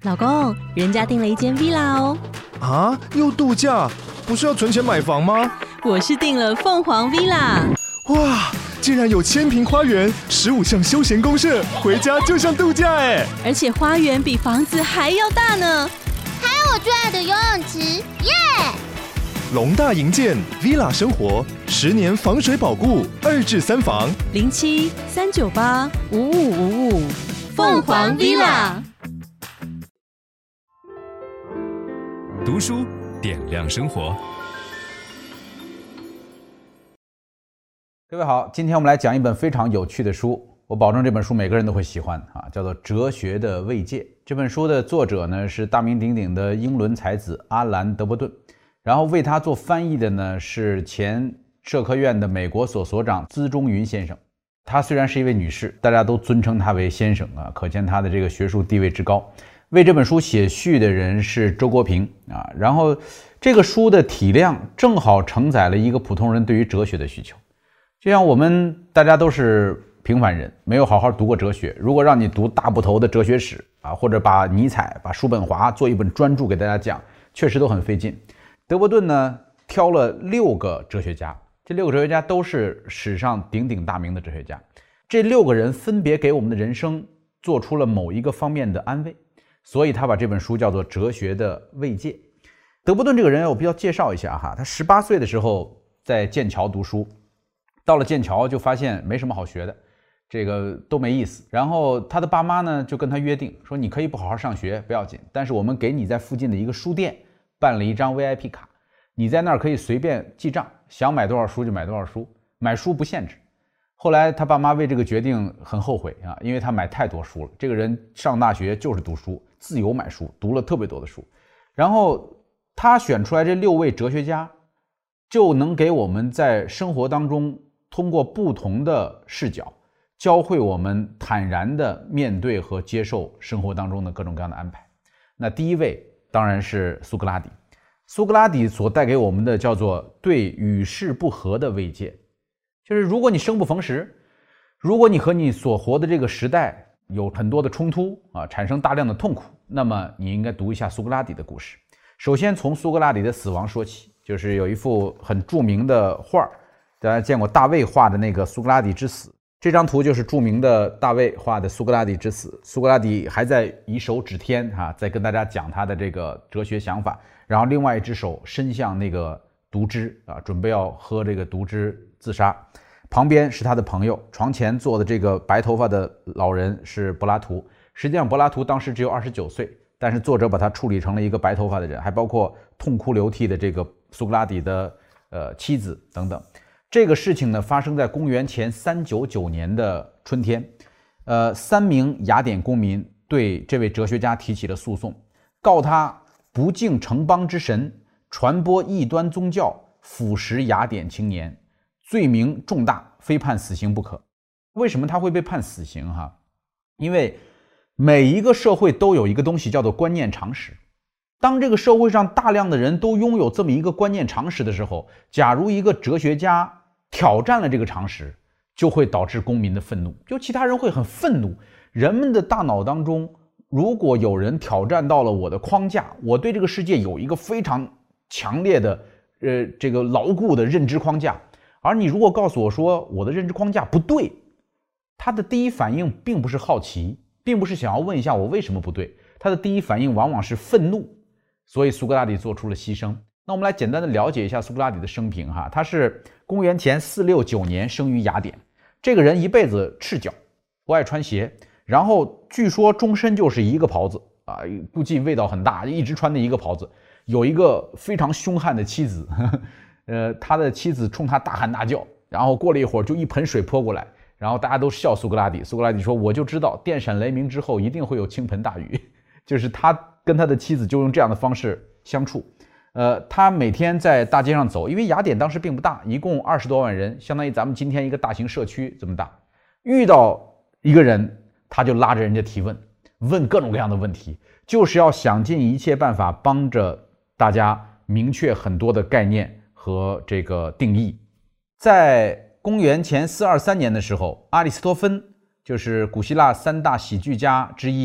老公，人家订了一间 villa 哦。 啊，又度假？不是要存钱买房吗？ 我是订了凤凰 villa。 哇，竟然有1000坪花园，15项休闲公社，回家就像度假哎！ 而且花园比房子还要大呢。 还有我最爱的游泳池，耶！ 龙大营建 villa 生活，10年防水保固，2至3房 07-398-5555，凤凰 villa。 读书点亮生活。 各位好，今天我们来讲一本非常有趣的书，我保证这本书每个人都会喜欢啊，叫做《哲学的慰藉》。这本书的作者呢是大名鼎鼎的英伦才子阿兰·德伯顿，然后为他做翻译的呢是前社科院的美国所长资中云先生。他虽然是一位女士，大家都尊称他为先生啊，可见他的这个学术地位之高。为这本书写序的人是周国平啊，然后这个书的体量正好承载了一个普通人对于哲学的需求。就像我们大家都是平凡人，没有好好读过哲学，如果让你读大部头的哲学史啊，或者把尼采、把叔本华做一本专著给大家讲，确实都很费劲。德伯顿呢挑了6个哲学家，这6个哲学家都是史上鼎鼎大名的哲学家，这6个人分别给我们的人生做出了某一个方面的安慰，所以他把这本书叫做《哲学的慰藉》。德伯顿这个人我必须要介绍一下哈，他18岁的时候在剑桥读书，到了剑桥就发现没什么好学的，这个都没意思。然后他的爸妈呢就跟他约定说，你可以不好好上学不要紧，但是我们给你在附近的一个书店办了一张 VIP 卡，你在那儿可以随便记账，想买多少书就买多少书，买书不限制。后来他爸妈为这个决定很后悔啊，因为他买太多书了。这个人上大学就是读书，自由买书，读了特别多的书。然后他选出来这6位哲学家，就能给我们在生活当中通过不同的视角，教会我们坦然地面对和接受生活当中的各种各样的安排。那第一位当然是苏格拉底。苏格拉底所带给我们的叫做对与世不合的慰藉，就是如果你生不逢时，如果你和你所活的这个时代有很多的冲突啊，产生大量的痛苦，那么你应该读一下苏格拉底的故事。首先从苏格拉底的死亡说起，就是有一幅很著名的画，大家见过大卫画的那个苏格拉底之死，这张图就是著名的大卫画的苏格拉底之死。苏格拉底还在以手指天在跟大家讲他的这个哲学想法，然后另外一只手伸向那个毒汁准备要喝这个毒汁自杀。旁边是他的朋友，床前坐的这个白头发的老人是柏拉图。实际上柏拉图当时只有29岁，但是作者把他处理成了一个白头发的人，还包括痛哭流涕的这个苏格拉底的妻子等等。这个事情呢发生在公元前399年的春天。3名雅典公民对这位哲学家提起了诉讼，告他不敬城邦之神，传播异端宗教，腐蚀雅典青年，罪名重大，非判死刑不可。为什么他会被判死刑因为每一个社会都有一个东西叫做观念常识。当这个社会上大量的人都拥有这么一个观念常识的时候，假如一个哲学家挑战了这个常识，就会导致公民的愤怒，就其他人会很愤怒。人们的大脑当中，如果有人挑战到了我的框架，我对这个世界有一个非常强烈的这个牢固的认知框架，而你如果告诉我说我的认知框架不对，他的第一反应并不是好奇，并不是想要问一下我为什么不对，他的第一反应往往是愤怒。所以苏格拉底做出了牺牲。那我们来简单的了解一下苏格拉底的生平他是公元前469年生于雅典。这个人一辈子赤脚，不爱穿鞋，然后据说终身就是一个袍子估计味道很大，一直穿的一个袍子。有一个非常凶悍的妻子，他的妻子冲他大喊大叫，然后过了一会儿就一盆水泼过来，然后大家都笑苏格拉底。苏格拉底说，我就知道电闪雷鸣之后一定会有倾盆大雨。就是他跟他的妻子就用这样的方式相处。他每天在大街上走，因为雅典当时并不大，一共20多万人，相当于咱们今天一个大型社区这么大。遇到一个人，他就拉着人家提问，问各种各样的问题，就是要想尽一切办法帮着大家明确很多的概念和这个定义。在公元前423年的时候，阿里斯托芬就是古希腊3大喜剧家之一，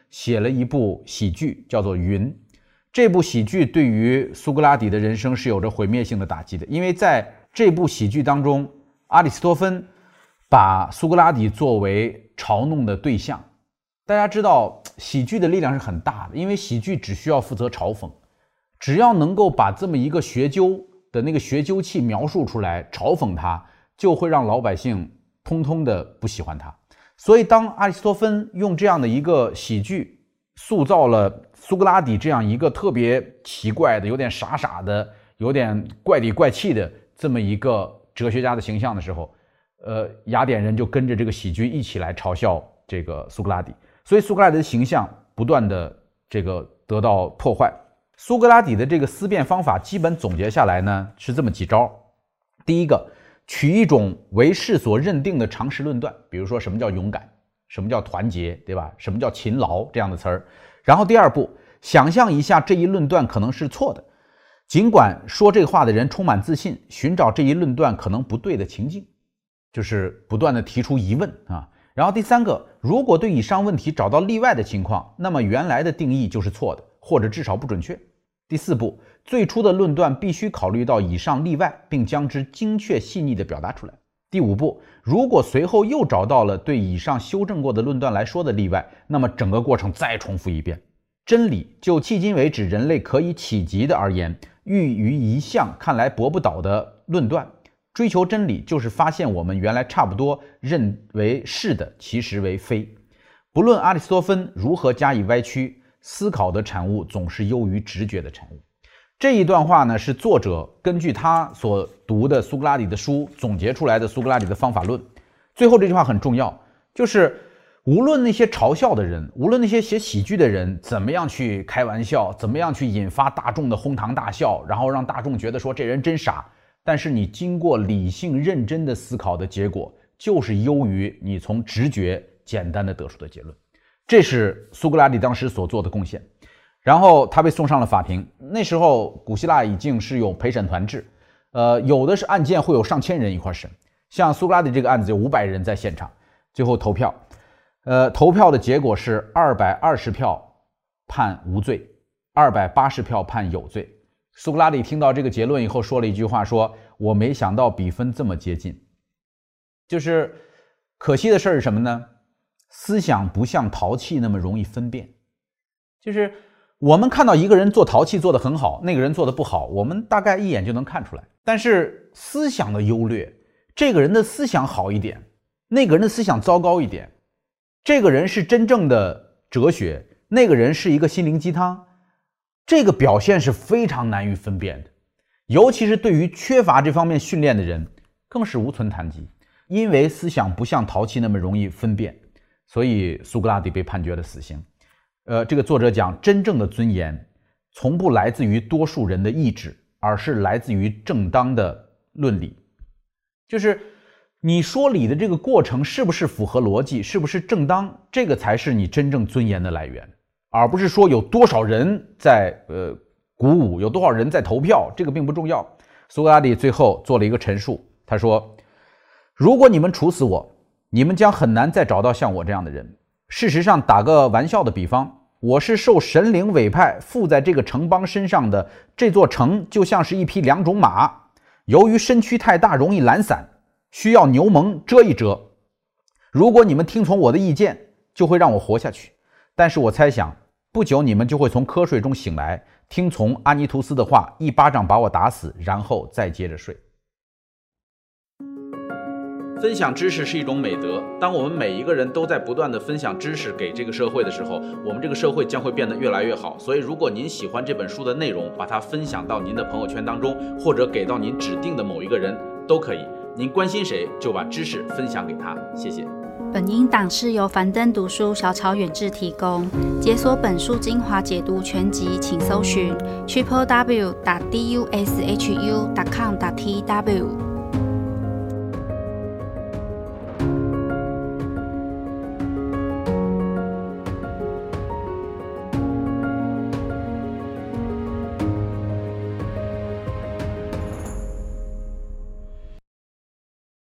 写了一部喜剧，叫做《云》。这部喜剧对于苏格拉底的人生是有着毁灭性的打击的，因为在这部喜剧当中，阿里斯托芬把苏格拉底作为嘲弄的对象。大家知道喜剧的力量是很大的，因为喜剧只需要负责嘲讽，只要能够把这么一个学究的那个学究气描述出来，嘲讽他，就会让老百姓通通的不喜欢他。所以当阿里斯托芬用这样的一个喜剧塑造了苏格拉底这样一个特别奇怪的、有点傻傻的、有点怪里怪气的这么一个哲学家的形象的时候，雅典人就跟着这个喜剧一起来嘲笑这个苏格拉底，所以苏格拉底的形象不断的这个得到破坏。苏格拉底的这个思辨方法基本总结下来呢是这么几招。第一个，取一种为世所认定的常识论断，比如说什么叫勇敢，什么叫团结，对吧？什么叫勤劳这样的词儿。然后第二步，想象一下这一论断可能是错的，尽管说这个话的人充满自信，寻找这一论断可能不对的情境，就是不断的提出疑问啊。然后第三个，如果对以上问题找到例外的情况，那么原来的定义就是错的，或者至少不准确。第四步，最初的论断必须考虑到以上例外，并将之精确细腻地表达出来。第五步，如果随后又找到了对以上修正过的论断来说的例外，那么整个过程再重复一遍。真理就迄今为止人类可以企及的而言，欲于一项看来驳不倒的论断。追求真理就是发现我们原来差不多认为是的，其实为非。不论阿里斯托芬如何加以歪曲，思考的产物总是优于直觉的产物。这一段话呢，是作者根据他所读的苏格拉底的书总结出来的苏格拉底的方法论。最后这句话很重要，就是无论那些嘲笑的人，无论那些写喜剧的人怎么样去开玩笑，怎么样去引发大众的哄堂大笑，然后让大众觉得说这人真傻，但是你经过理性认真的思考的结果，就是优于你从直觉简单的得出的结论。这是苏格拉底当时所做的贡献。然后他被送上了法庭。那时候古希腊已经是有陪审团制，有的是案件会有上千人一块审，像苏格拉底这个案子有500人在现场，最后投票，投票的结果是220票判无罪，280票判有罪。苏格拉底听到这个结论以后说了一句话，说我没想到比分这么接近。就是可惜的事是什么呢？思想不像陶器那么容易分辨。就是我们看到一个人做陶器做得很好，那个人做得不好，我们大概一眼就能看出来。但是思想的优劣，这个人的思想好一点，那个人的思想糟糕一点，这个人是真正的哲学，那个人是一个心灵鸡汤，这个表现是非常难于分辨的。尤其是对于缺乏这方面训练的人，更是无从谈及。因为思想不像陶器那么容易分辨，所以苏格拉底被判决了死刑。这个作者讲，真正的尊严从不来自于多数人的意志，而是来自于正当的论理。就是你说理的这个过程是不是符合逻辑，是不是正当，这个才是你真正尊严的来源，而不是说有多少人在鼓舞，有多少人在投票，这个并不重要。苏格拉底最后做了一个陈述，他说，如果你们处死我，你们将很难再找到像我这样的人。事实上，打个玩笑的比方，我是受神灵委派附在这个城邦身上的，这座城就像是一匹2种马，由于身躯太大容易懒散，需要牛虻遮一遮。如果你们听从我的意见，就会让我活下去，但是我猜想不久你们就会从瞌睡中醒来，听从阿尼图斯的话，一巴掌把我打死，然后再接着睡。分享知识是一种美德，当我们每一个人都在不断的分享知识给这个社会的时候，我们这个社会将会变得越来越好。所以如果您喜欢这本书的内容，把它分享到您的朋友圈当中，或者给到您指定的某一个人都可以。您关心谁，就把知识分享给他。谢谢。 本音档是由樊登读书小草远志提供。解锁本书精华解读全集，请搜寻 www.dushu.com.tw